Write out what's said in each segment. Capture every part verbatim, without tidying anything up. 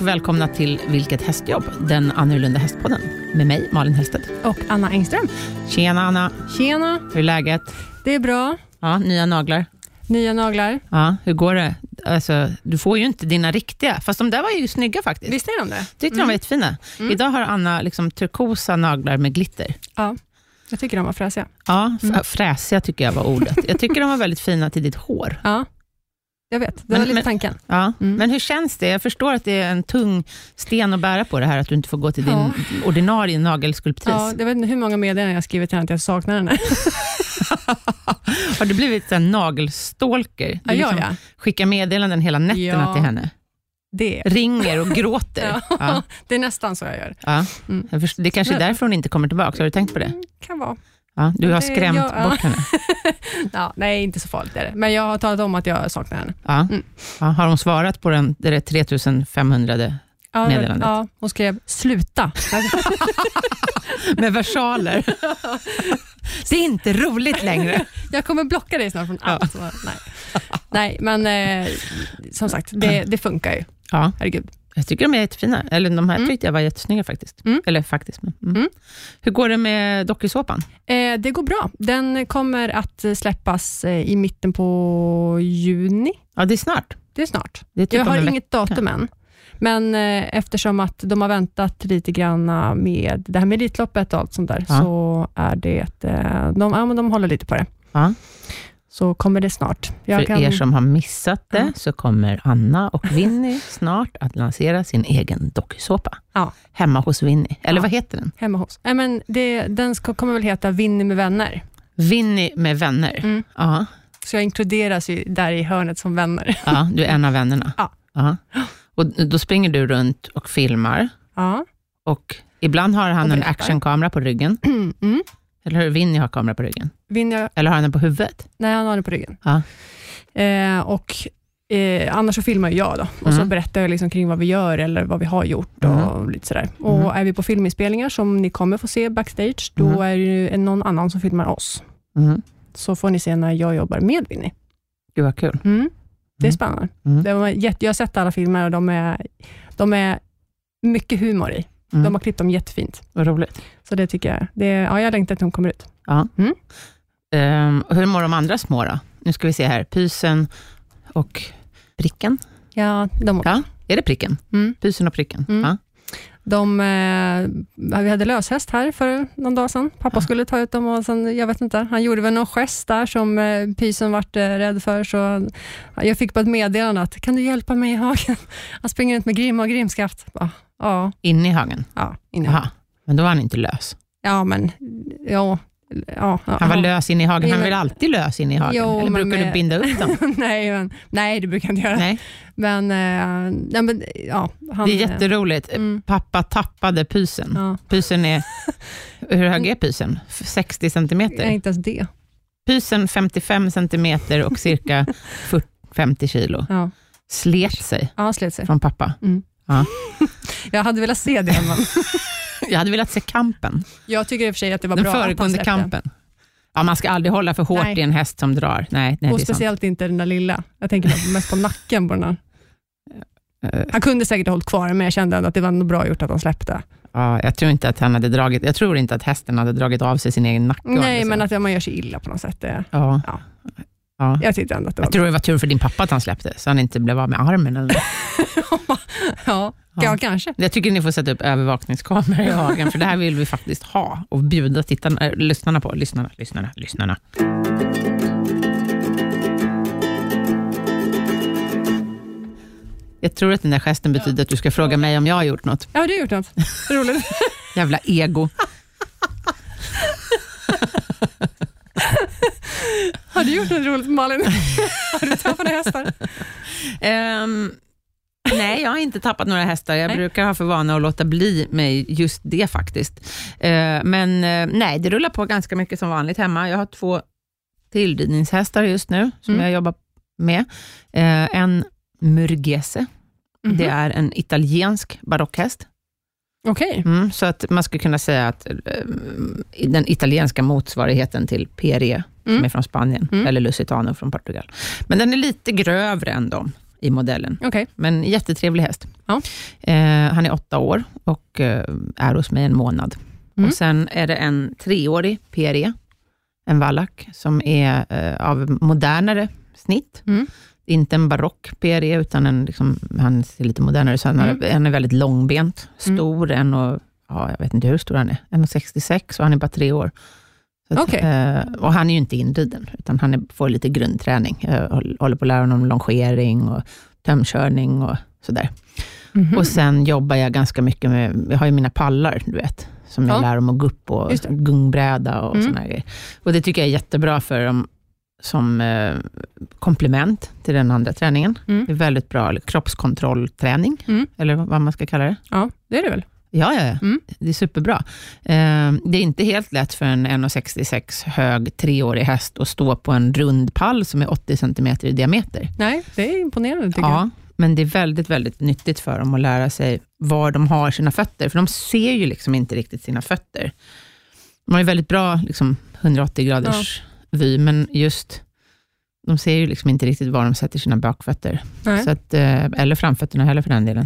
och välkomna till Vilket hästjobb, den annorlunda hästpodden. Med mig, Malin Hellstedt. Och Anna Engström. Tjena Anna. Tjena. Hur är läget? Det är bra. Ja, nya naglar. Nya naglar. Ja, hur går det? Alltså, du får ju inte dina riktiga. Fast de där var ju snygga faktiskt. Visst är de det? Tyckte mm. de var jättefina. Mm. Idag har Anna liksom turkosa naglar med glitter. Ja, jag tycker de var fräsiga. Ja, f- mm. fräsiga tycker jag var ordet. Jag tycker de var väldigt fina till ditt hår. Ja, jag vet. Det men, var lite men, tanken. Ja, mm. men hur känns det? Jag förstår att det är en tung sten att bära på det här, att du inte får gå till din ja. ordinarie nagelskulptris. Ja, jag vet inte hur många meddelanden jag skrivit till henne att jag saknar henne. Har du blivit en nagelstalker? Du ja, liksom ja. skickar meddelanden hela nätterna ja, till henne. Det. Ringer och gråter. ja, ja. Det är nästan så jag gör. Ja. Mm. Jag förstår, det är kanske är därför hon inte kommer tillbaka. Har du tänkt på det? Kan vara. Ja, du har skrämt det, ja, bort henne. ja, nej, inte så farligt är det. Men jag har talat om att jag saknar henne. Ja. Mm. Ja, har hon svarat på den, det är tre tusen femhundra ja, meddelandet? Ja, hon skrev sluta. Med versaler. Det är inte roligt längre. Jag kommer blocka dig snart från allt. Ja. Nej. nej, men eh, som sagt, det, det funkar ju. Ja. Herregud. Jag tycker de är jättefina. Eller de här mm. tyckte jag var jättesnygga faktiskt. Mm. Eller faktiskt. Men, mm. Mm. Hur går det med dokusåpan? Eh, det går bra. Den kommer att släppas eh, i mitten på juni. Ja, det är snart. Det är snart. Det är typ jag har inget vecka. datum än. Men eh, eftersom att de har väntat lite grann med det här med Elitloppet och allt sånt där, ja. så är det eh, de, ja, men de håller lite på det. Ja. Så kommer det snart. Jag För kan... er som har missat det ja. så kommer Anna och Winnie snart att lansera sin egen dokusåpa. Ja. Hemma hos Winnie. Eller ja. vad heter den? Hemma hos. Nej, men det, den ska, kommer väl heta Winnie med vänner. Winnie med vänner. Mm. Ja. Så jag inkluderas ju där i hörnet som vänner. Ja, du är en av vännerna. Ja. Ja. Och då springer du runt och filmar. Ja. Och ibland har han en actionkamera på ryggen. Mm. Eller hur? Winnie har kamera på ryggen. Winnie... Eller har han den på huvudet? Nej, han har den på ryggen. Ja. Eh, och eh, annars så filmar jag då. Och mm. så berättar jag liksom kring vad vi gör eller vad vi har gjort och mm. lite sådär. Och mm. är vi på filminspelningar som ni kommer få se backstage, då mm. är det ju någon annan som filmar oss. Mm. Så får ni se när jag jobbar med Winnie. Gud vad kul. Mm. Det är spännande. Mm. Det var jätte, jag har sett alla filmer och de är, de är mycket humor i. Mm. De har klippt dem jättefint. Vad roligt. Så det tycker jag. Det, ja, jag längtar att de kommer ut. Ja. Mm. Um, hur mår de andra små då? Nu ska vi se här. Pysen och pricken. Ja, de mår. Ja, är det pricken? Mm. Pysen och pricken. Mm. Ja. De, eh, vi hade löshäst här för någon dag sedan. Pappa ja. skulle ta ut dem och sen, jag vet inte, han gjorde väl någon gest där som eh, Pysen vart eh, rädd för. Så jag fick bara ett meddelande att, kan du hjälpa mig i hagen? Han springer runt med grimma och grimskaft. Ja. Ja. In i hagen? Ja, in i hagen. Men då var han inte lös. Ja, men ja. Ja, ja, han var ja. lös in i hagen. Han var väl alltid lös in i hagen? Jo, eller brukar med... du binda upp dem? nej, men, nej, det brukar jag inte göra. Nej. Men, äh, ja, men ja, han, det är jätteroligt. Mm. Pappa tappade pysen. Ja. Pysen är, hur hög är pysen? sextio centimeter? Nej, inte ens det. Pysen femtiofem centimeter och cirka fyrtio, femtio kilo. Ja. Slet sig, ja, slet sig från pappa. Mm. Ja. Jag hade velat se det, men... Jag hade velat se kampen. Jag tycker i och för sig att det var den bra föregående att kampen. Ja, man ska aldrig hålla för hårt nej. i en häst som drar. Nej, nej, och det är speciellt sant. inte den där lilla. Jag tänker mest på nacken på den här. Uh, han kunde säkert ha hållit kvar, men jag kände ändå att det var nog bra gjort att han släppte. Ja, jag tror inte att han hade dragit. Jag tror inte att hästen hade dragit av sig sin egen nacke. Nej, men att man gör sig illa på något sätt. Det, ja. Ja. Ja. Jag tyckte ändå att det var jag tror det var tur för din pappa att han släppte, så han inte blev av med armen eller. ja. Ja. Ja, kanske. Jag tycker ni får sätta upp övervakningskameror i hagen, för det här vill vi faktiskt ha och bjuda tittarna, äh, lyssnarna på. Lyssnarna, lyssnarna, lyssnarna. Jag tror att den där gesten betyder att du ska fråga mig om jag har gjort något. Ja, du har gjort något. Roligt. Jävla ego. Har du gjort något roligt, Malin? Har du tappat några hästar? Um, nej, jag har inte tappat några hästar. Jag nej. brukar ha för vana att låta bli mig just det faktiskt. Uh, men uh, nej, det rullar på ganska mycket som vanligt hemma. Jag har två tillridningshästar just nu som mm. jag jobbar med. Uh, en Murgese. Mm-hmm. Det är en italiensk barockhäst. Okej. Okay. Mm, så att man skulle kunna säga att uh, den italienska motsvarigheten till P R E mm. som är från Spanien, mm. eller Lusitano från Portugal. Men den är lite grövre än dem i modellen. Okay. Men jättetrevlig häst. Ja. Eh, han är åtta år och eh, är hos mig en månad. Mm. Och sen är det en treårig P R E, en vallack, som är eh, av modernare snitt. Mm. Inte en barock P R E, utan en, liksom, han ser lite modernare, så han, mm. är, han är väldigt långbent, stor, mm. en och, ja, jag vet inte hur stor han är, en komma sextiosex, och han är bara tre år. Så att, okay. eh, och han är ju inte inriden, utan han är, får lite grundträning. Jag håller på att lära honom longering och tömkörning och sådär. Mm-hmm. Och sen jobbar jag ganska mycket med, jag har ju mina pallar, du vet, som jag ja. lär dem att gå upp och gungbräda och mm. såna grejer. Och det tycker jag är jättebra för dem som eh, komplement till den andra träningen. Mm. Det är väldigt bra kroppskontrollträning, mm. eller vad man ska kalla det. Ja, det är det väl. Ja, ja, ja. Mm. Det är superbra. Eh, det är inte helt lätt för en en komma sextiosex hög treårig häst att stå på en rund pall som är åttio centimeter i diameter. Nej, det är imponerande tycker ja, jag. Men det är väldigt, väldigt nyttigt för dem att lära sig var de har sina fötter. För de ser ju liksom inte riktigt sina fötter. De har ju väldigt bra liksom, hundraåttio graders ja. vy, men just de ser ju liksom inte riktigt var de sätter sina bakfötter. Så att, eller framfötterna heller för den delen.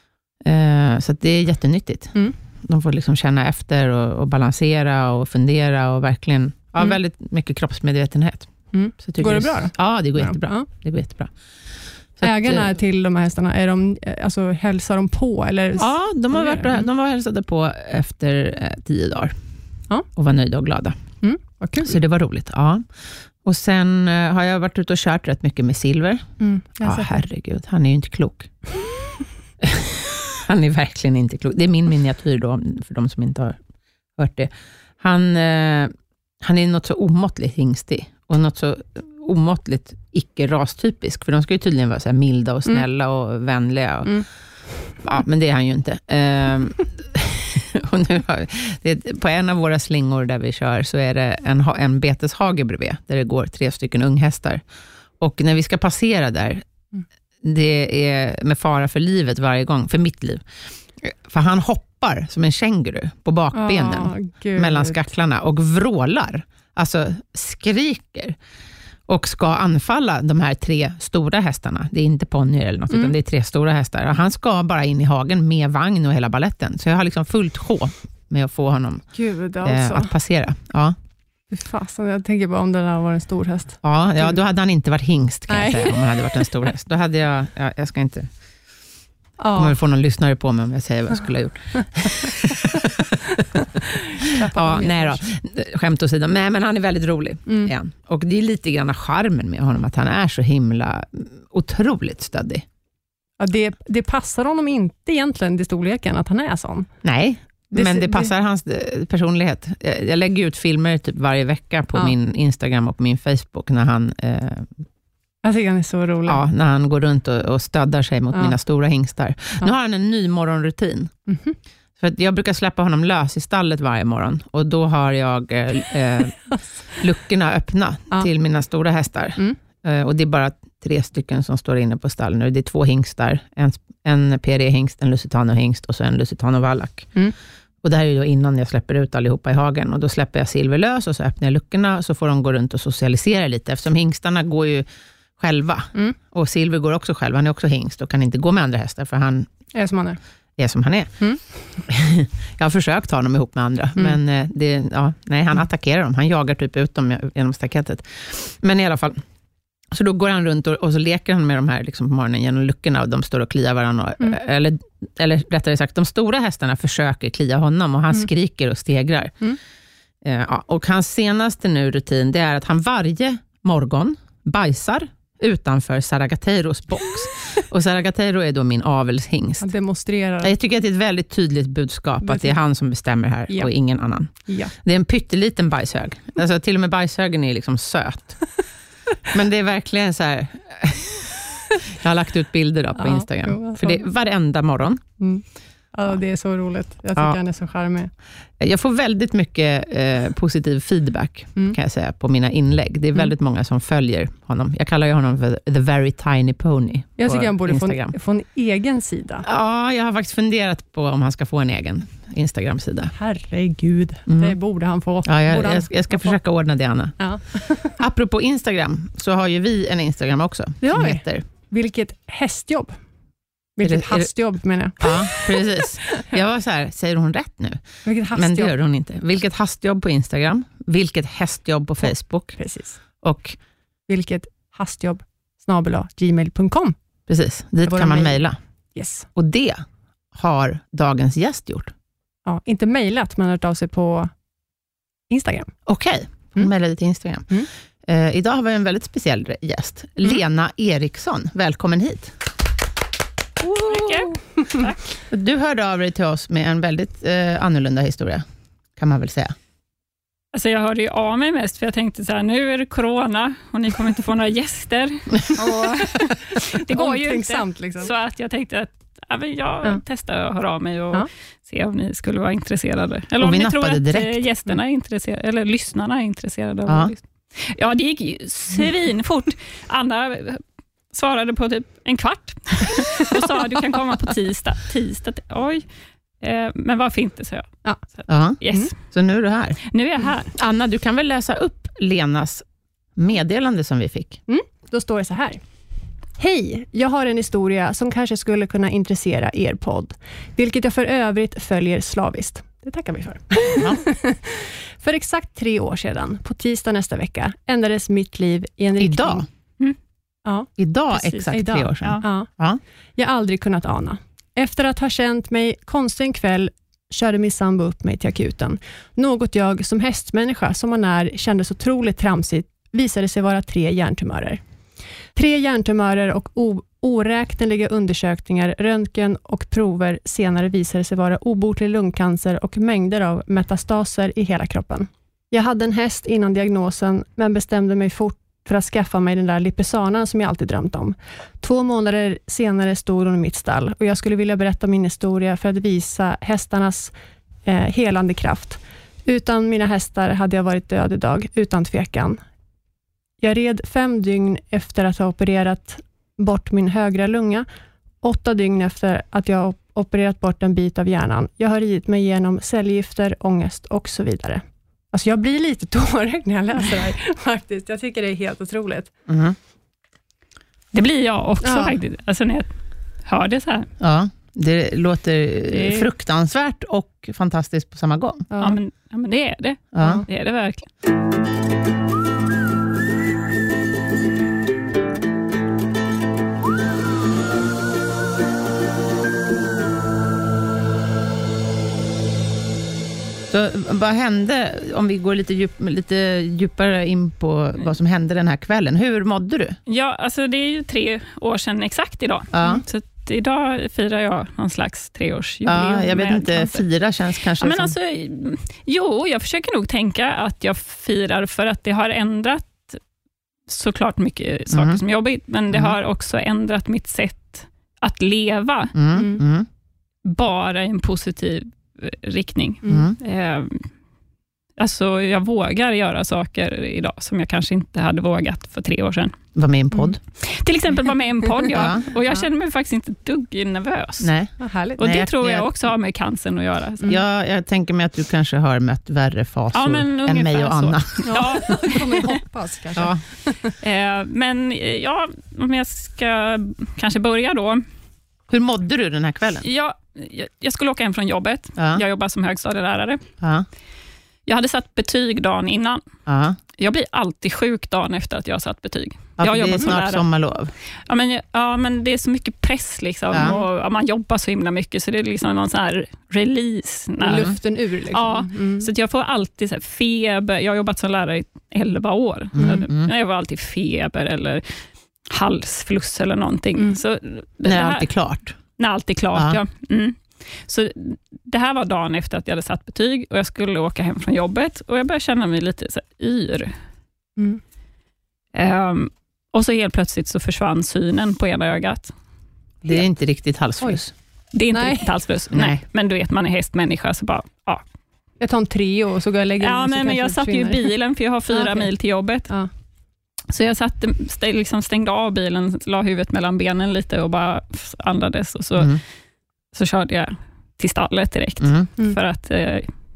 Så att det är jättenyttigt. Mm. De får liksom känna efter och, och balansera och fundera och verkligen ja, mm. väldigt mycket kroppsmedvetenhet. Mm. Så går det bra då? Ja, det går ja. jättebra. Ja. Det går jättebra. Så ägarna att, till de här hästarna, är de, alltså, hälsar de på? Eller? Ja, de har varit, de var hälsade på efter eh, tio dagar. Ja. Och var nöjda och glada. Mm. Vad kul. Så det var roligt, ja. Och sen eh, har jag varit ute och kört rätt mycket med Silver. Mm, ja, herregud, han är ju inte klok. Han är verkligen inte klok. Det är min miniatyr då, för de som inte har hört det. Han, eh, han är något så omåttligt hingstig. Och något så omåttligt icke-rastypisk. För de ska ju tydligen vara så här milda och snälla mm. och vänliga. Och, mm. Ja, men det är han ju inte. Um, och nu har, det, på en av våra slingor där vi kör så är det en, en beteshage bredvid. Där det går tre stycken unghästar. Och när vi ska passera där, mm. det är med fara för livet varje gång. För mitt liv. För han hoppar som en känguru på bakbenen. Oh, mellan skacklarna och vrålar. Alltså skriker och ska anfalla de här tre stora hästarna. Det är inte ponnyer eller något, mm. utan det är tre stora hästar. Och han ska bara in i hagen med vagn och hela balletten. Så jag har liksom fullt sjå med att få honom Gud, alltså. eh, att passera. Ja. Fasen, jag tänker bara om det där var en stor häst. Ja, ja, då hade han inte varit hingst kan Nej. jag säga, om han hade varit en stor häst. Då hade jag, ja, jag ska inte... Ja. Kommer få någon lyssnare på mig om jag säger vad jag skulle ha gjort. ja, nej då. Skämt åsido. Nej, men han är väldigt rolig. Mm. Ja. Och det är lite grann charmen med honom, att han är så himla otroligt stöddig. Ja, det, det passar honom inte egentligen i storleken att han är sån. Nej, det, men det passar det... hans personlighet. Jag lägger ut filmer typ varje vecka på ja. min Instagram och på min Facebook när han... Eh, Jag tycker han är så rolig. Ja, när han går runt och, och stöddar sig mot ja. mina stora hingstar. Ja. Nu har han en ny morgonrutin. Mm-hmm. För att jag brukar släppa honom lös i stallet varje morgon. Och då har jag eh, luckorna öppna ja. till mina stora hästar. Mm. Eh, och det är bara tre stycken som står inne på stallen nu. Det är två hingstar. En, en P R E-hingst, en Lusitano-hingst och så en Lusitano-vallack. Mm. Och det här är ju då innan jag släpper ut allihopa i hagen. Och då släpper jag Silver lös och så öppnar jag luckorna. Så får de gå runt och socialisera lite. Eftersom hingstarna går ju själva. Mm. Och Silver går också själv. Han är också hingst och kan inte gå med andra hästar för han är som han är. är, som han är. Mm. Jag har försökt ta dem ihop med andra. Mm. Men det, ja, nej, han attackerar dem. Han jagar typ ut dem genom staketet. Men i alla fall. Så då går han runt och, och så leker han med de här liksom på morgonen genom luckorna och de står och kliar varandra. Och, mm. eller, eller rättare sagt, de stora hästarna försöker klia honom och han mm. skriker och stegrar. Mm. Ja, och hans senaste nu rutin det är att han varje morgon bajsar utanför Saragateiros box. Och Saragateiro är då min avelshingst. Han demonstrerar. Jag tycker att det är ett väldigt tydligt budskap det att det är han som bestämmer här ja. och ingen annan. Ja. Det är en pytteliten bajshög. Alltså till och med bajshögen är liksom söt. Men det är verkligen så här... Jag har lagt ut bilder då på ja, Instagram. Jo, för det är varenda morgon. Mm. Ja, det är så roligt. Jag tycker ja. han är så charmig. Jag får väldigt mycket eh, positiv feedback mm. kan jag säga på mina inlägg. Det är väldigt mm. många som följer honom. Jag kallar ju honom för The Very Tiny Pony. Jag tycker han borde få en, få en egen sida. Ja, jag har faktiskt funderat på om han ska få en egen Instagram-sida. Herregud, mm. det borde han få. Ja, jag, borde jag, jag ska försöka få. ordna det, Anna. Ja. Apropå Instagram så har ju vi en Instagram också. Det som har heter vilket hästjobb. Vilket är det, hastjobb menar jag. Ja, precis. Jag var så här, säger hon rätt nu? Vilket hastjobb. Men det gör hon inte. Vilket hastjobb på Instagram, vilket hästjobb på Facebook. Precis. Och vilket hastjobb snabel-a gmail punkt com. Precis, dit kan man mejla. Yes. Och det har dagens gäst gjort. Ja, inte mejlat, men hört av sig på Instagram. Okej, okay. Hon mm. mejlade till Instagram. Mm. Uh, idag har vi en väldigt speciell gäst. Mm. Lena Eriksson, välkommen hit. Mycket. Tack. Du hörde av dig till oss med en väldigt uh, annorlunda historia, kan man väl säga. Alltså jag hörde ju av mig mest för jag tänkte så här, nu är det corona och ni kommer inte få några gäster. Och det går ju inte. Liksom. Så att jag tänkte att ja, jag ja. testar att höra av mig och ja. se om ni skulle vara intresserade. Eller och om vi ni tror att direkt. gästerna är intresserade, eller lyssnarna är intresserade av ja. att lyssna. Ja, det gick ju svinfort. Anna svarade på typ en kvart och sa du kan komma på tisdag. Tisdag, oj. Eh, men varför inte, så jag. Ja. Så, ja. yes. Mm. Så nu är du här. Nu är jag här. Anna, du kan väl läsa upp Lenas meddelande som vi fick? Mm. Då står det så här. Hej, jag har en historia som kanske skulle kunna intressera er podd, vilket jag för övrigt följer slaviskt. Det tackar vi för. Ja. För exakt tre år sedan, på tisdag nästa vecka, ändrades mitt liv i en riktning. Idag? Mm. Ja. Idag Precis. exakt Idag. tre år sedan. Ja. Ja. Jag har aldrig kunnat ana. Efter att ha känt mig konstig en kväll körde min sambo upp mig till akuten. Något jag som hästmänniska som man är kände så otroligt tramsigt visade sig vara tre hjärntumörer. Tre hjärntumörer och o- oräkneliga undersökningar, röntgen och prover senare visade sig vara obotlig lungcancer och mängder av metastaser i hela kroppen. Jag hade en häst innan diagnosen men bestämde mig fort för att skaffa mig den där Lipizzanan som jag alltid drömt om. Två månader senare stod hon i mitt stall och jag skulle vilja berätta min historia för att visa hästarnas eh, helande kraft. Utan mina hästar hade jag varit död idag, utan tvekan. Jag red fem dygn efter att ha opererat bort min högra lunga, åtta dygn efter att jag opererat bort en bit av hjärnan. Jag har ridit mig igenom cellgifter, ångest och så vidare. Alltså jag blir lite tårögd när jag läser det här, faktiskt. Jag tycker det är helt otroligt. Mm. Det blir jag också ja. faktiskt. Alltså när jag hör det så här. Ja, det låter det... fruktansvärt och fantastiskt på samma gång. Ja, ja, men, ja men det är det. Ja. Det är det verkligen. Så vad hände, om vi går lite, djup, lite djupare in på vad som hände den här kvällen. Hur mådde du? Ja, alltså det är ju tre år sedan exakt idag. Ja. Mm. Så att idag firar jag någon slags treårsjubileum. Ja, jag vet inte, cancer. fira känns kanske ja, men som... alltså, jo, jag försöker nog tänka att jag firar för att det har ändrat såklart mycket saker mm. som jobbigt, men det mm. har också ändrat mitt sätt att leva. Mm. Mm. Bara i en positiv riktning. Mm. Eh, alltså jag vågar göra saker idag som jag kanske inte hade vågat för tre år sedan. Var med i en podd. Mm. Till exempel var med i en podd, ja. ja. Och jag ja. känner mig faktiskt inte dugg nervös. Nej. Vad härligt. Och Nej, det jag, tror jag, jag också har med cancern att göra. Mm. Ja, jag tänker mig att du kanske har mött värre fasor ja, men än mig och Anna. Ja, det kommer jag hoppas kanske. Ja. eh, men ja, om jag ska kanske börja då. Hur mådde du den här kvällen? Ja, jag, jag skulle åka hem från jobbet. Ja. Jag jobbar som högstadielärare. Ja. Jag hade satt betyg dagen innan. Ja. Jag blir alltid sjuk dagen efter att jag har satt betyg. Ja, jag det är snart sommarlov. Ja men, ja, men det är så mycket press liksom. Ja. Och, ja, man jobbar så himla mycket så det är liksom någon sån här release. När, luften ur liksom. Ja, mm. så att jag får alltid så här feber. Jag har jobbat som lärare i elva år. Mm, så mm. jag får alltid feber eller halsfluss eller någonting. Mm. Så När det är allt är klart. När allt är klart, Ja. ja. Mm. Så det här var dagen efter att jag hade satt betyg och jag skulle åka hem från jobbet och jag började känna mig lite så här yr. Mm. Um, och så helt plötsligt så försvann synen på ena ögat. Det är inte riktigt halsfluss. Det är inte Nej. riktigt halsfluss. Nej. Nej. Men du vet, man är hästmänniska så bara, ja. Jag tar en Treo och så går jag och lägger Ja, in, så men, men kanske jag det satt ju i försvinner. bilen för jag har fyra Ah, okej. mil till jobbet. Ja. Så jag satt, stäng, liksom stängde av bilen, la huvudet mellan benen lite och bara andades och så, Mm. så körde jag till stallet direkt. Mm. Mm. För att eh,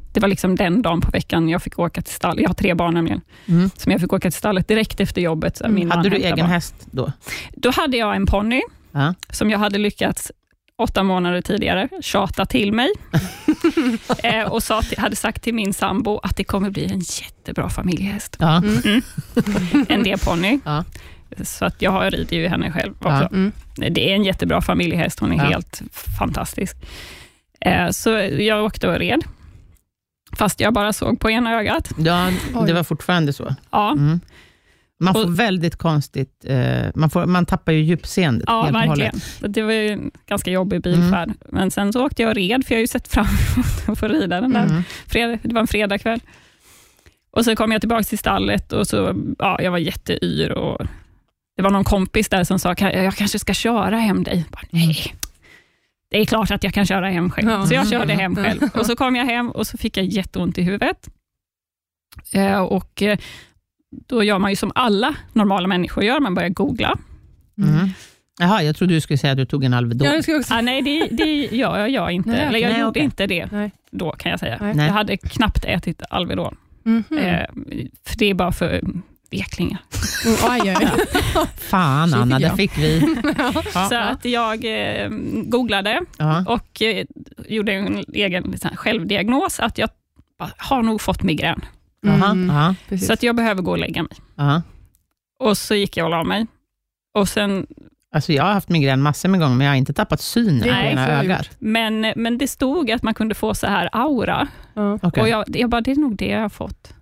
det var liksom den dagen på veckan jag fick åka till stall. Jag har tre barn nämligen. Mm. Som jag fick åka till stallet direkt efter jobbet. Så min hade du egen barn. häst då? Då hade jag en ponny ja. som jag hade lyckats åtta månader tidigare tjata till mig. eh, och sa till, hade sagt till min sambo att det kommer bli en jättebra familjehäst. Ja. Mm. Mm. En D-ponny. Ja. Så att jag har ridit ju henne själv också. Ja. Mm. Det är en jättebra familjehäst. Hon är ja. helt fantastisk. Eh, så jag åkte och red. Fast jag bara såg på ena ögat. Ja, det var fortfarande så. Ja. Mm. Man får och, väldigt konstigt... Eh, man, får, man tappar ju djupseendet. Ja, helt verkligen. Det var ju en ganska jobbig bilfärd. Mm. Men sen så åkte jag och red, för jag har ju sett fram emot att få rida den där. Mm. Fredag, det var en fredagkväll. Och så kom jag tillbaka till stallet och så, ja, jag var jätteyr. Och det var någon kompis där som sa, jag kanske ska köra hem dig. Bara, nej, det är klart att jag kan köra hem själv. Ja. Så jag körde hem själv. Och så kom jag hem och så fick jag jätteont i huvudet. Eh, och då gör man ju som alla normala människor gör, man börjar googla. Mm. Jaha, jag trodde du skulle säga att du tog en Alvedon. Ja, jag också... ah, nej, det, det gör jag, jag inte. Nej, Eller jag nej, gjorde okay. inte det nej. då, kan jag säga. Nej. Jag hade knappt ätit Alvedon. Mm-hmm. Eh, för det är bara för veklingar. Mm, aj, aj. Ja. Fan Anna, det fick vi. Ja. Så att jag eh, googlade ja. och eh, gjorde en egen liksom, självdiagnos att jag har nog fått migrän. Mm. Aha, så att jag behöver gå och lägga mig. Aha. Och så gick jag och la mig. Och sen... Alltså jag har haft migrän massor med gånger, men jag har inte tappat synen på mina ögon. Men, men det stod att man kunde få så här aura. Mm. Okay. Och jag, jag bara, det är nog det jag har fått.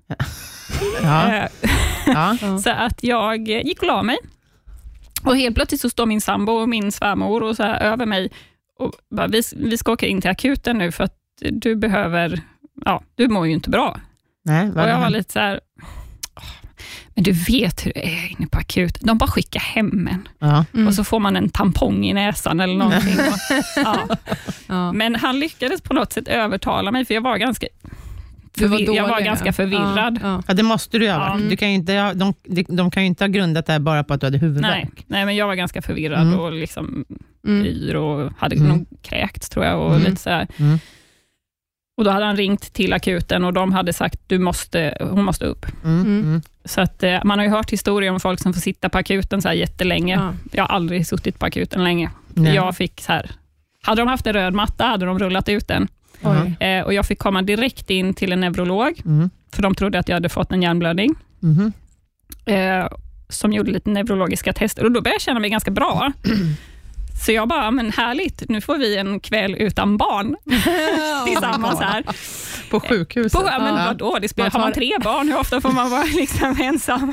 Ja. Ja. Så att jag gick och la mig. Och helt plötsligt så står min sambo och min svärmor och så här över mig. Och bara, vi, vi ska åka in till akuten nu för att du behöver... Ja, du mår ju inte bra. Nej, och jag var lite så här... Men du vet hur det är inne på akut. De bara skickar hem en. Ja. Mm. Och så får man en tampong i näsan eller någonting. Och, ja. Ja. Men han lyckades på något sätt övertala mig, för jag var ganska förvir- var jag var ganska förvirrad. Ja, ja. Ja, det måste du göra. Mm. Du kan ju inte, de, de kan ju inte ha grundat det här bara på att du hade huvudvärk. Nej, nej, men jag var ganska förvirrad mm. och liksom mm. yr och hade mm. nog kräkt, tror jag. Och mm. lite så här. Mm. Och då hade han ringt till akuten och de hade sagt du måste, hon måste upp. Mm. Mm. Så att eh, man har ju hört historier om folk som får sitta på akuten så här jättelänge. Ja. Jag har aldrig suttit på akuten länge. Nej. Jag fick så här, hade de haft en röd matta hade de rullat ut den. Eh, och jag fick komma direkt in till en neurolog. Mm. För de trodde att jag hade fått en hjärnblödning. Mm. Eh, som gjorde lite neurologiska tester. Och då började jag känna mig ganska bra. Så jag bara, men härligt, nu får vi en kväll utan barn tillsammans här. På sjukhuset? På, men vadå, det spelar, har man tre barn, hur ofta får man vara liksom ensam?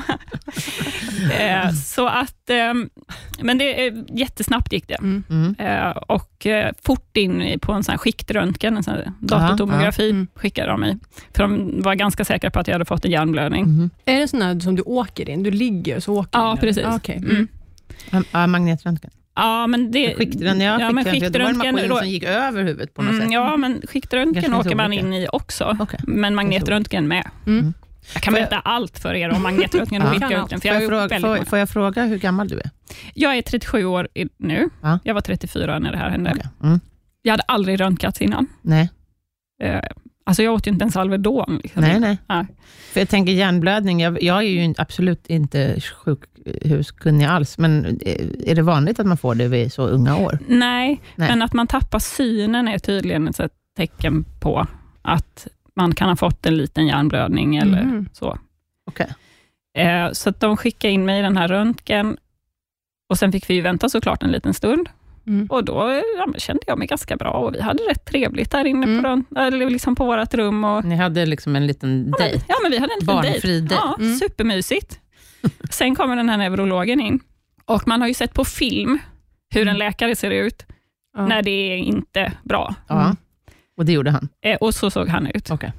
eh, så att, eh, men det jättesnabbt gick det. Mm. Eh, och eh, fort in på en sån här skiktröntgen, en sån här datortomografi mm. skickade de mig. För de var ganska säkra på att jag hade fått en hjärnblödning. Mm. Är det sån här som du åker in? Du ligger och så åker ja, in? Precis. Ah, okay. Mm. Ja, magnetröntgen. Ja, men det... Skiktröntgen, ja, ja, men skiktröntgen, det var en maskin som gick över huvudet på något mm, sätt. Ja, men skiktröntgen åker man in i också. Okay. Men magnetröntgen med. Mm. Jag kan berätta jag... allt för er om magnetröntgen och skiktröntgen. För jag får, jag fråga, får, får jag fråga hur gammal du är? Jag är trettiosju år nu. Ja. Jag var trettiofyra när det här hände. Okay. Mm. Jag hade aldrig röntgats innan. Nej. Uh, alltså jag åt ju inte ens Alvedon. Liksom. Nej, nej. Ja. För jag tänker hjärnblödning, jag, jag är ju absolut inte sjukhuskunnig alls, men är det vanligt att man får det vid så unga år? Nej, nej. Men att man tappar synen är tydligen ett tecken på att man kan ha fått en liten hjärnblödning eller mm. så. Okay. Eh, så att de skickade in mig i den här röntgen och sen fick vi ju vänta såklart en liten stund. Mm. Och då ja, kände jag mig ganska bra och vi hade rätt trevligt där inne mm. på, den, eller liksom på vårt rum. Och, ni hade liksom en liten dejt? Ja, men vi hade en liten barnfri dejt. Ja, mm. supermysigt. Sen kommer den här neurologen in och man har ju sett på film hur mm. en läkare ser ut mm. när det är inte bra. Ja, mm. och det gjorde han? Eh, och så såg han ut. Okay.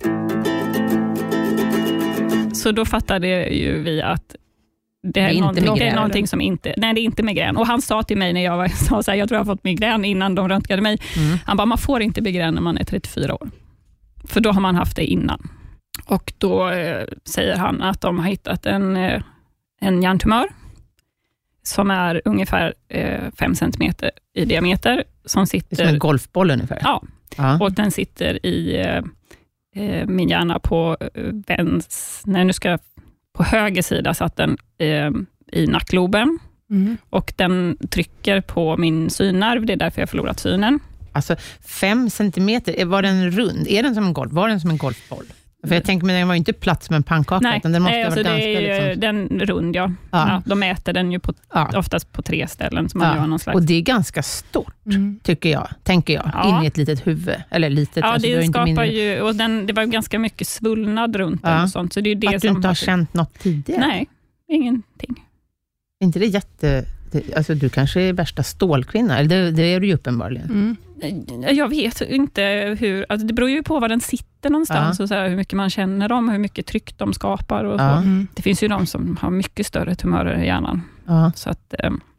Så då fattade ju vi att det är, det är, någonting, det är någonting som inte... Nej, det är inte migrän. Och han sa till mig när jag var, sa så här, jag tror jag har fått migrän innan de röntgade mig. Mm. Han bara, man får inte migrän när man är trettiofyra år. För då har man haft det innan. Och då eh, säger han att de har hittat en, eh, en hjärntumör som är ungefär eh, fem centimeter i diameter. Som sitter... Det är som en golfboll ungefär. Ja, uh-huh. Och den sitter i eh, min hjärna på väns, nej, nu ska jag, på höger sida satt den eh, i nackloben. Mm. Och den trycker på min synnerv. Det är därför jag har förlorat synen. Alltså fem centimeter, var den rund? Är den som en golf? Var den som en golfboll? För jag tänker mig, den var ju inte platt som en pannkaka. Nej, utan den måste nej ha alltså varit det ganska, är liksom... den rund, ja. Ja. Ja. De äter den ju på, ja. oftast på tre ställen. Som man ja. gör någon slags... Och det är ganska stort, mm. tycker jag. Tänker jag. Ja. In i ett litet huvud. Eller litet. Ja, alltså, det skapar mindre... ju... Och den, det var ganska mycket svullnad runt ja. den och sånt. Så det är ju det att du som inte har känt något tidigare? Nej, ingenting. Är inte det jätte... Alltså du kanske är värsta stålkvinna. Eller det, det är du ju uppenbarligen. Mm. Jag vet inte hur... Alltså det beror ju på var den sitter någonstans. Ja. Och så här, hur mycket man känner dem. Hur mycket tryck de skapar. Och ja. så. Mm. Det finns ju de som har mycket större tumörer i hjärnan. Ja. Så att,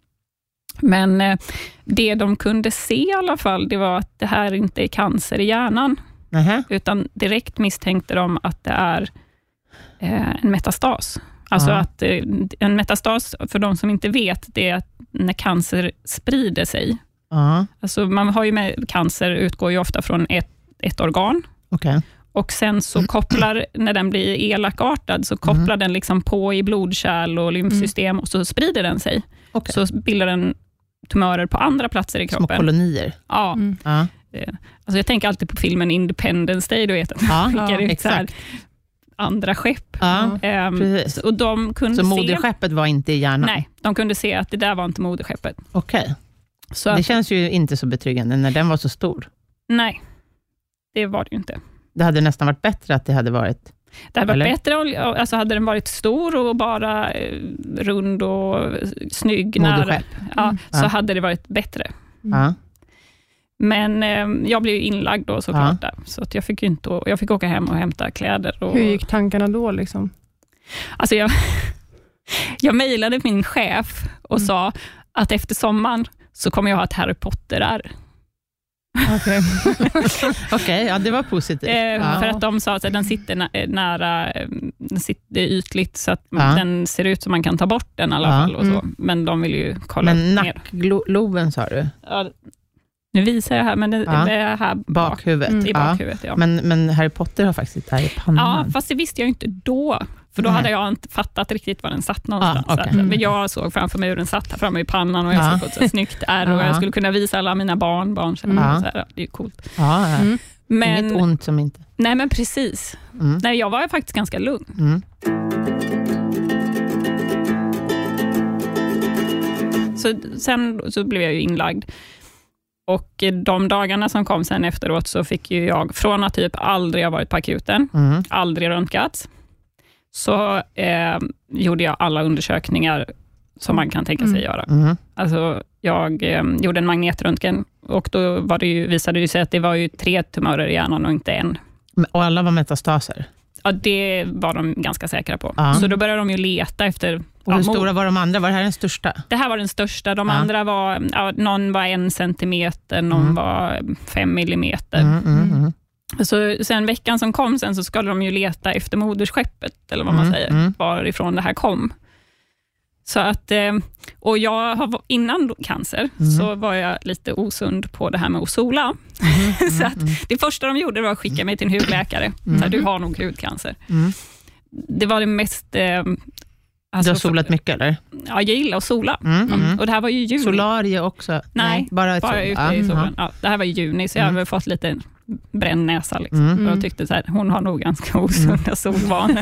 men det de kunde se i alla fall, det var att det här inte är cancer i hjärnan. Nähä. Utan direkt misstänkte de att det är en metastas. Alltså ja. att en metastas, för de som inte vet, det är att när cancer sprider sig. Ja. Alltså man har ju med cancer, utgår ju ofta från ett, ett organ. Okay. Och sen så kopplar, när den blir elakartad, så kopplar mm. den liksom på i blodkärl och lymfsystem mm. och så sprider den sig. Okay. Så bildar den tumörer på andra platser i kroppen. Små kolonier. Ja. Mm. ja. Alltså jag tänker alltid på filmen Independence Day, du vet. Ja, ja ut så här andra skepp. Ja, um, och de kunde så moderskeppet se, var inte i hjärnan? Nej, de kunde se att det där var inte moderskeppet. Okej. Okay. Så det att, känns ju inte så betryggande när den var så stor. Nej, det var det ju inte. Det hade nästan varit bättre att det hade varit... Det hade varit eller? bättre, alltså hade den varit stor och bara eh, rund och snygg nära, ja, mm. så ja. hade det varit bättre. Mm. Ja. Men eh, jag blev ju inlagd då såklart ja. där. Så att jag fick ju inte, jag fick åka hem och hämta kläder. Och, hur gick tankarna då liksom? Alltså jag, jag mejlade min chef och mm. sa att efter sommaren så kommer jag ha ett Harry Potter-ärr. Okej, okay. okay, ja det var positivt. Eh, ja. För att de sa att den sitter nä- nära, den sitter ytligt så att ja. den ser ut som man kan ta bort den i alla ja. fall. Och så. Mm. Men de vill ju kolla men mer. nackloben sa du? Ja, nu visar jag här, men det, ja. det är här bak. bakhuvudet. Mm. I bakhuvudet, ja. Men, men Harry Potter har faktiskt där i pannan. Ja, fast det visste jag inte då. För då Nej. hade jag inte fattat riktigt var den satt någonstans. Ah, okay. Så att, men jag såg framför mig hur den satt här framme i pannan och jag ah. såg på ett så snyggt ärr och ah. jag skulle kunna visa alla mina barn. barn så mm. så här, det är ju coolt. Ah, ja. mm. men, Inget ont som inte... Nej, men precis. Mm. Nej, jag var faktiskt ganska lugn. Mm. Så sen så blev jag ju inlagd. Och de dagarna som kom sen efteråt så fick ju jag, från att typ aldrig ha varit på akuten, mm. aldrig röntgats, så eh, gjorde jag alla undersökningar som man kan tänka sig mm. göra. Mm. Alltså jag eh, gjorde en magnetröntgen och då var det ju, visade det sig att det var ju tre tumörer i hjärnan och inte en. Och alla var metastaser? Ja, det var de ganska säkra på. Ja. Så då började de ju leta efter... Och hur stora var de andra? Var det här den största? Det här var den största. De ja. andra var... Ja, någon var en centimeter, någon mm. var fem millimeter. Mm, mm, mm. Så sen veckan som kom sen så skulle de ju leta efter moderskeppet, eller vad man mm, säger, mm. varifrån det här kom. Så att, och jag har, innan cancer mm. så var jag lite osund på det här med att sola. Mm, mm, så att det första de gjorde var att skicka mig till en hudläkare. Mm. Så här, du har nog hudcancer. Mm. Det var det mest... Eh, alltså, du har solat för, mycket eller? Ja, jag gillar att sola. Mm, mm. Och det här var ju juni. Solarie också? Nej, Nej bara, bara ute i solen. Ja, det här var i juni så jag mm. hade fått lite brännäsa liksom. Mm. Och jag tyckte så här, hon har nog ganska osunda mm. solvanor.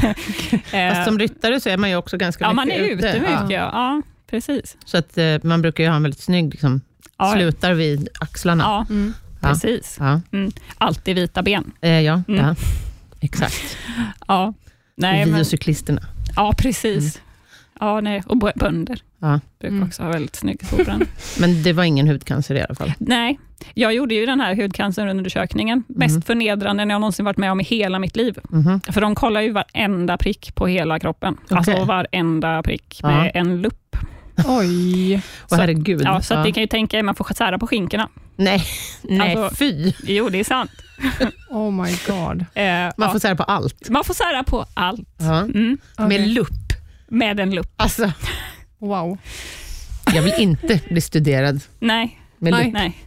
Mm. Fast som ryttare så är man ju också ganska ja, mycket ute. Ja, man är ute mycket. Ja. Ja, precis. Så att eh, man brukar ju ha en väldigt snygg liksom, ja, slutar vid axlarna. Ja, mm. ja. precis. Ja. Mm. Alltid vita ben. Eh, ja, mm. ja, exakt. Ja. Nej, vi men... och cyklisterna. Ja, precis. Mm. Ja, nej. Och bönder. Ja. Brukar också ha väldigt snygg solbränna. Men det var ingen hudcancer i alla fall? Nej, jag gjorde ju den här hudcancerundersökningen. Mm. Mest förnedrande när jag någonsin varit med om i hela mitt liv. Mm. För de kollar ju varenda prick på hela kroppen. Okay. Alltså varenda prick med ja. en lupp. Oj. Så, herregud. Ja, så ja. att det kan ju tänka man får sära på skinkorna. Nej, nej alltså, fy. Jo, det är sant. Oh my god. Eh, man ja. får sära på allt. Man får sära på allt. Ja. Mm. Med okay. lupp. Med en lupp. Alltså. Wow. Jag vill inte bli studerad. Nej. Med nej. lupp. nej.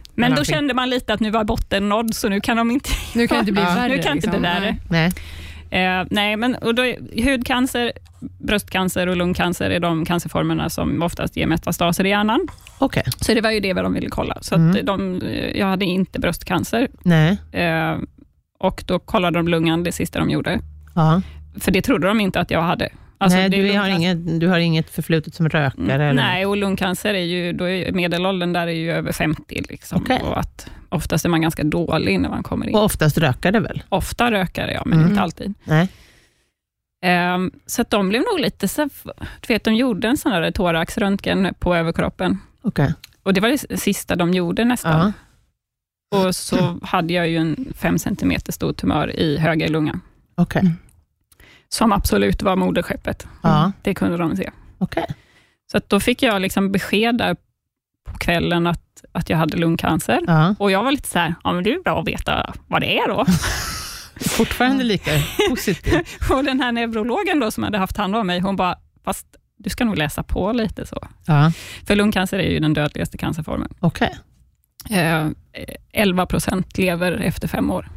Men då kände man lite att nu var botten nådd, så nu kan de inte... Nu kan det inte bli ja, värre. Nu kan liksom. inte det där. Nej. Eh, nej, men och då, hudcancer, bröstcancer och lungcancer är de cancerformerna som oftast ger metastaser i hjärnan. Okej. Okay. Så det var ju det de ville kolla. Så Mm. att de, jag hade inte bröstcancer. Nej. Eh, och då kollade de lungan, det sista de gjorde. Ja. För det trodde de inte att jag hade. Alltså, nej, du, lungcancer... har inget, du har inget förflutet som rökare? Mm, eller? Nej, och lungcancer är ju, då är medelåldern där är ju över femtio. Liksom, okay. Och att oftast är man ganska dålig när man kommer in. Och oftast rökare väl? Ofta rökare, ja, men mm. inte alltid. Nej. Um, så att de blev nog lite så, du vet, de gjorde en sån här thoraxröntgen på överkroppen. Okay. Och det var det sista de gjorde nästan. Uh-huh. Och så hade jag ju en fem centimeter stor tumör i höger lunga. Okej. Okay. Som absolut var moderskeppet. Uh-huh. Det kunde de se. Okej. Okay. Så att då fick jag liksom besked där på kvällen att, att jag hade lungcancer. Uh-huh. Och jag var lite så här, ja men det är bra att veta vad det är då. Fortfarande lika positivt. Och den här neurologen då som hade haft hand om mig, hon bara, fast du ska nog läsa på lite så. Ja. För lungcancer är ju den dödligaste cancerformen. Okej. Okay. Eh, elva procent lever efter fem år.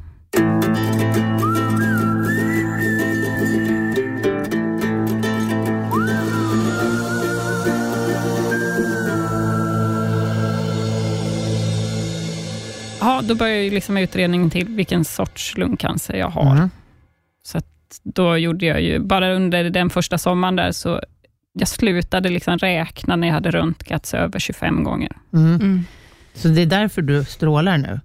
Ja, då började ju liksom utredningen till vilken sorts lungcancer jag har. Mm. Så att då gjorde jag ju, bara under den första sommaren där, så jag slutade liksom räkna när jag hade röntgats över tjugofem gånger. Mm. Mm. Så det är därför du strålar nu?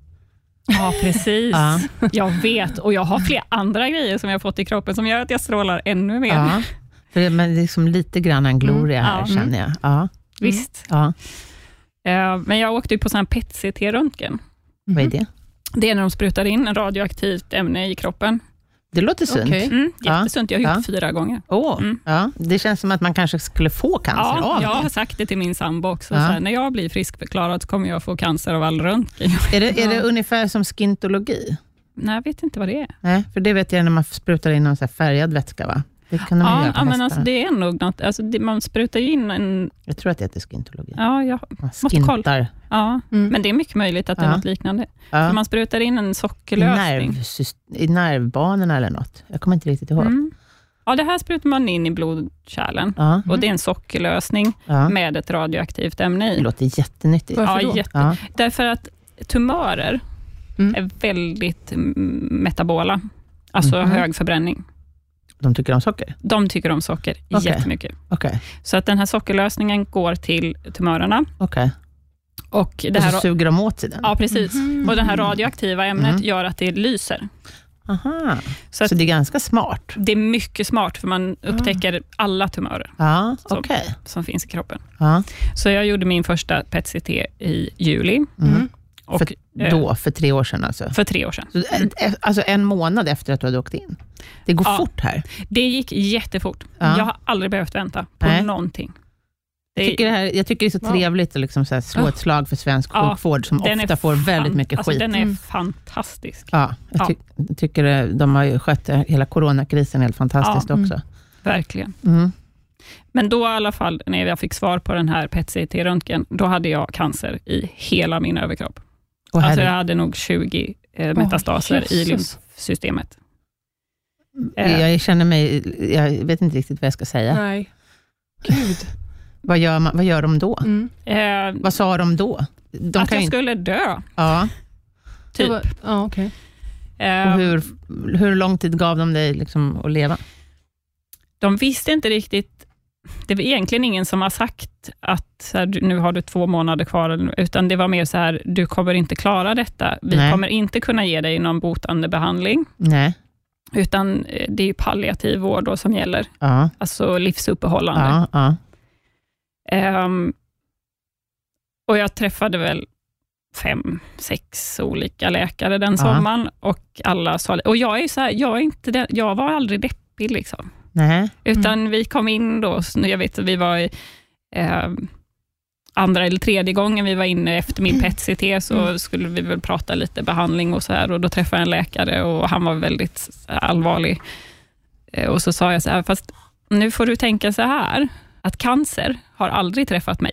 Ja, precis. Ja. Jag vet, och jag har flera andra grejer som jag har fått i kroppen som gör att jag strålar ännu mer. Ja. För det är liksom lite grann en gloria mm. här, ja. Känner jag. Ja. Visst. Ja. Uh, men jag åkte ju på sån här P E T C T-röntgen. Vad är det? Det är när de sprutar in en radioaktivt ämne i kroppen. Det låter sunt. Okay. Mm, jättesunt. Jag har gjort ja. fyra gånger. Oh, mm. ja. Det känns som att man kanske skulle få cancer ja, av jag det. har sagt det till min sambo också. Ja. Så här, när jag blir friskförklarad så kommer jag få cancer av all röntgen. Är det, är det ungefär som skintologi? Nej, jag vet inte vad det är. Nej, för det vet jag när man sprutar in någon så här färgad vätska, va? Det kan ja, ja men alltså, det är nog något. Alltså, det, man sprutar ju in en... Jag tror att det heter skintologi. Ja, jag måste kolla. Ja, mm. Men det är mycket möjligt att det är ja. något liknande. Ja. För man sprutar in en sockerlösning. Nerv, I nervbanorna eller något. Jag kommer inte riktigt ihåg. Mm. Ja, det här sprutar man in i blodkärlen. Ja. Mm. Och det är en sockerlösning ja. med ett radioaktivt ämne i. Det låter jättenyttigt. Ja, jätte. Ja. Därför att tumörer mm. är väldigt metabola. Alltså mm. hög förbränning. De tycker om socker? De tycker om socker okay. jättemycket. Okay. Så att den här sockerlösningen går till tumörerna. Okay. Och, det här, och så suger de åt sig den? Ja, precis. Mm. Och det här radioaktiva ämnet mm. gör att det lyser. Aha. Så, så det är ganska smart? Det är mycket smart, för man upptäcker ah. alla tumörer ah, som, okay. som finns i kroppen. Ah. Så jag gjorde min första P E T C T i juli. Mm. Och, för, då, för tre år sedan alltså? För tre år sedan. Så, alltså en månad efter att du hade åkt in? Det går ja, fort här. Det gick jättefort. Ja. Jag har aldrig behövt vänta på Nej. någonting. Det jag, tycker det här, jag tycker det är så wow. trevligt att liksom så här slå ett slag för svensk ja, sjukvård som ofta får väldigt mycket alltså, skit. Den är mm. fantastisk. Ja, jag, ty- ja. jag tycker de har ju skött hela coronakrisen helt fantastiskt ja, också. Mm. Verkligen. Mm. Men då i alla fall, när jag fick svar på den här P E T C T-röntgen, då hade jag cancer i hela min överkropp. Oh, alltså jag hade nog tjugo eh, metastaser oh, i lymfsystemet. Jag känner mig, jag vet inte riktigt vad jag ska säga. Nej. Gud. Vad gör, man, vad gör de då? Mm. Eh, vad sa de då? De att kan jag in... skulle dö. Ja. Typ. Var, ja, okay. eh, Och hur, hur lång tid gav de dig liksom att leva? De visste inte riktigt. Det var egentligen ingen som har sagt att så här, nu har du två månader kvar, utan det var mer så här, du kommer inte klara detta. Vi Nej. kommer inte kunna ge dig någon botande behandling. Nej. Utan det är ju palliativ vård då som gäller. Ja. Alltså livsuppehållande. Ja, ja. Um, och jag träffade väl fem, sex olika läkare den sommaren. Ja. Och alla sa, och jag är så här, jag är inte den, jag var aldrig deppig liksom. Nej. Utan mm. vi kom in då, jag vet att vi var i eh, andra eller tredje gången vi var inne efter min P E T C T, så mm. skulle vi väl prata lite behandling och så här, och då träffade jag en läkare och han var väldigt allvarlig. Eh, och så sa jag så här, fast nu får du tänka så här, att cancer har aldrig träffat mig.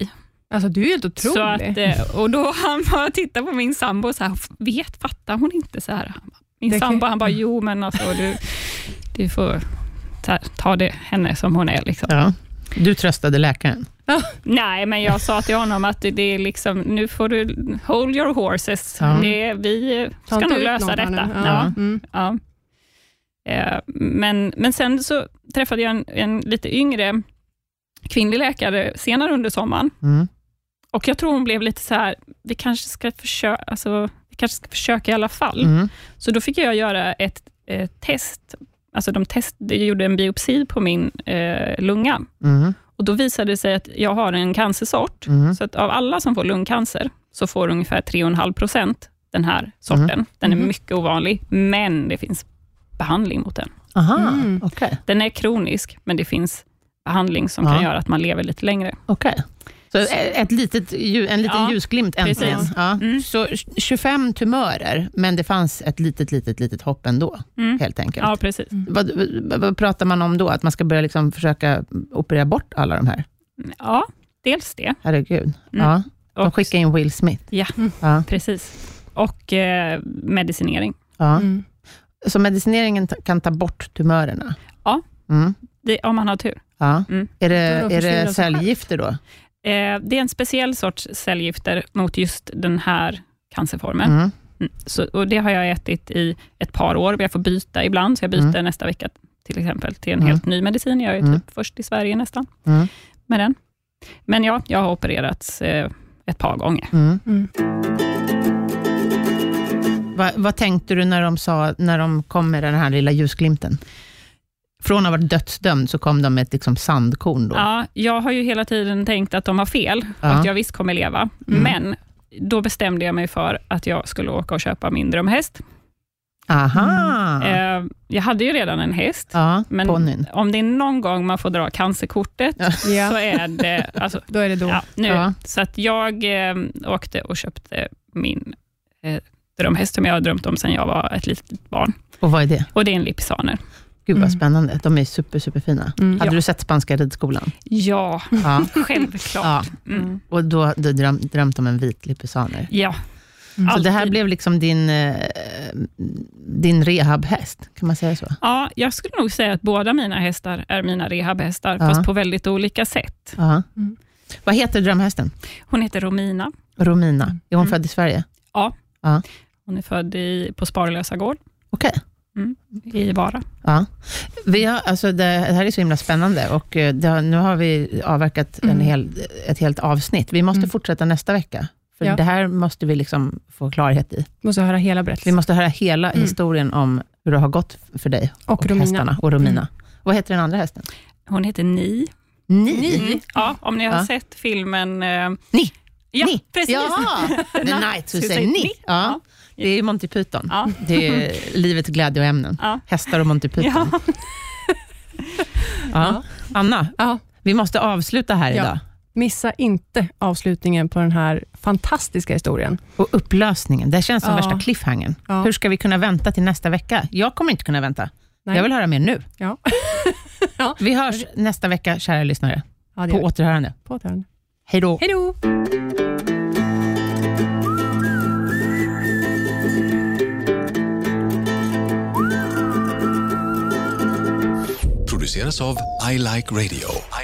Alltså du är helt otrolig. Så att, och då han bara tittar på min sambo och så här, vet, fattar hon inte så här? Min det sambo, kan... han bara, jo men alltså du, du får ta, ta det henne som hon är liksom. Ja. Du tröstade läkaren? Ja. Nej, men jag sa till honom att det är liksom, nu får du hold your horses. Ja. Det, vi ska nog lösa detta. Ja. Ja. Mm. Ja. Eh, men, men sen så träffade jag en, en lite yngre kvinnlig läkare senare under sommaren. Mm. Och jag tror hon blev lite så här, vi kanske ska försöka, alltså, vi kanske ska försöka i alla fall. Mm. Så då fick jag göra ett, ett test. Alltså de, test, de gjorde en biopsi på min eh, lunga. Mm. Och då visade det sig att jag har en cancersort. Mm. Så att av alla som får lungcancer så får ungefär tre komma fem procent den här sorten. Mm. Den är mycket ovanlig, men det finns behandling mot den. Aha, mm. okay. Den är kronisk, men det finns behandling som ja. kan göra att man lever lite längre. Okej. Okay. Så ett litet, en liten ja, ljusglimt äntligen. Ja. Mm. Så tjugofem tumörer, men det fanns ett litet, litet, litet hopp ändå, mm. helt enkelt. Ja, precis. Mm. Vad, vad, vad pratar man om då? Att man ska börja liksom försöka operera bort alla de här? Ja, dels det. Herregud. Mm. Ja. De skickar in Will Smith. Ja, mm. ja. precis. Och eh, medicinering. Ja. Mm. Så medicineringen t- kan ta bort tumörerna? Ja, mm. det, om man har tur. Ja. Mm. Är det, är det cellgifter då? Eh, det är en speciell sorts cellgifter mot just den här cancerformen. Mm. Mm. Så, och det har jag ätit i ett par år. Jag får byta ibland, så jag byter mm. nästa vecka till exempel till en mm. helt ny medicin. Jag är typ mm. först i Sverige nästan mm. med den. Men ja, jag har opererats eh, ett par gånger. Mm. Mm. Va, vad tänkte du när de, sa, när de kom med den här lilla ljusglimten? Från att ha varit dödsdömd så kom de med ett liksom sandkorn då. Ja, jag har ju hela tiden tänkt att de har fel. Och ja. att jag visst kommer leva. Mm. Men då bestämde jag mig för att jag skulle åka och köpa min drömhäst. Aha. Mm. Jag hade ju redan en häst. Ja, men ponnyn. Om det är någon gång man får dra cancerkortet ja. så är det... Alltså, då är det då. Ja, nu. Ja. Så att jag eh, åkte och köpte min eh, drömhäst som jag har drömt om sedan jag var ett litet barn. Och vad är det? Och det är en lipsaner. Gud vad spännande. De är super, super fina. Mm. Hade ja. du sett Spanska ridskolan? Ja, ja. självklart. Ja. Mm. Och då du dröm, drömt om en vit lipsaner? Ja. Mm. Så det här blev liksom din, eh, din rehabhäst, kan man säga så? Ja, jag skulle nog säga att båda mina hästar är mina rehabhästar, ja. fast på väldigt olika sätt. Ja. Mm. Vad heter drömhästen? Hon heter Romina. Romina. Är hon mm. född i Sverige? Ja. ja. Hon är född i, på Sparlösa gård. Okej. Okay. Mm, i Vara. Ja. Vi har, alltså det, det här är så himla spännande och det, nu har vi avverkat en mm. hel, ett helt avsnitt. Vi måste mm. fortsätta nästa vecka. För ja. det här måste vi liksom få klarhet i. Vi måste höra hela berättelsen. Vi måste höra hela mm. historien om hur det har gått för dig och, och hästarna och Romina. Mm. Vad heter den andra hästen? Hon heter Ni. Ni? Ni. Ja, om ni har ja. sett filmen... Eh... Ni. Ja, Ni. precis. Ja, The Night Who Say Ni. Ja. Ja. Det är Monty Python. Ja. Det är livet, glädje och ämnen. Ja. Hästar och Monty Python. Ja. ja. Anna, ja. vi måste avsluta här ja. idag. Missa inte avslutningen på den här fantastiska historien. Och upplösningen. Det känns som ja. värsta cliffhangern. Ja. Hur ska vi kunna vänta till nästa vecka? Jag kommer inte kunna vänta. Nej. Jag vill höra mer nu. Ja. ja. Vi hörs nästa vecka, kära lyssnare. Ja, på återhörande. På återhörande. Hej då. Hej då. Produceras av I Like Radio.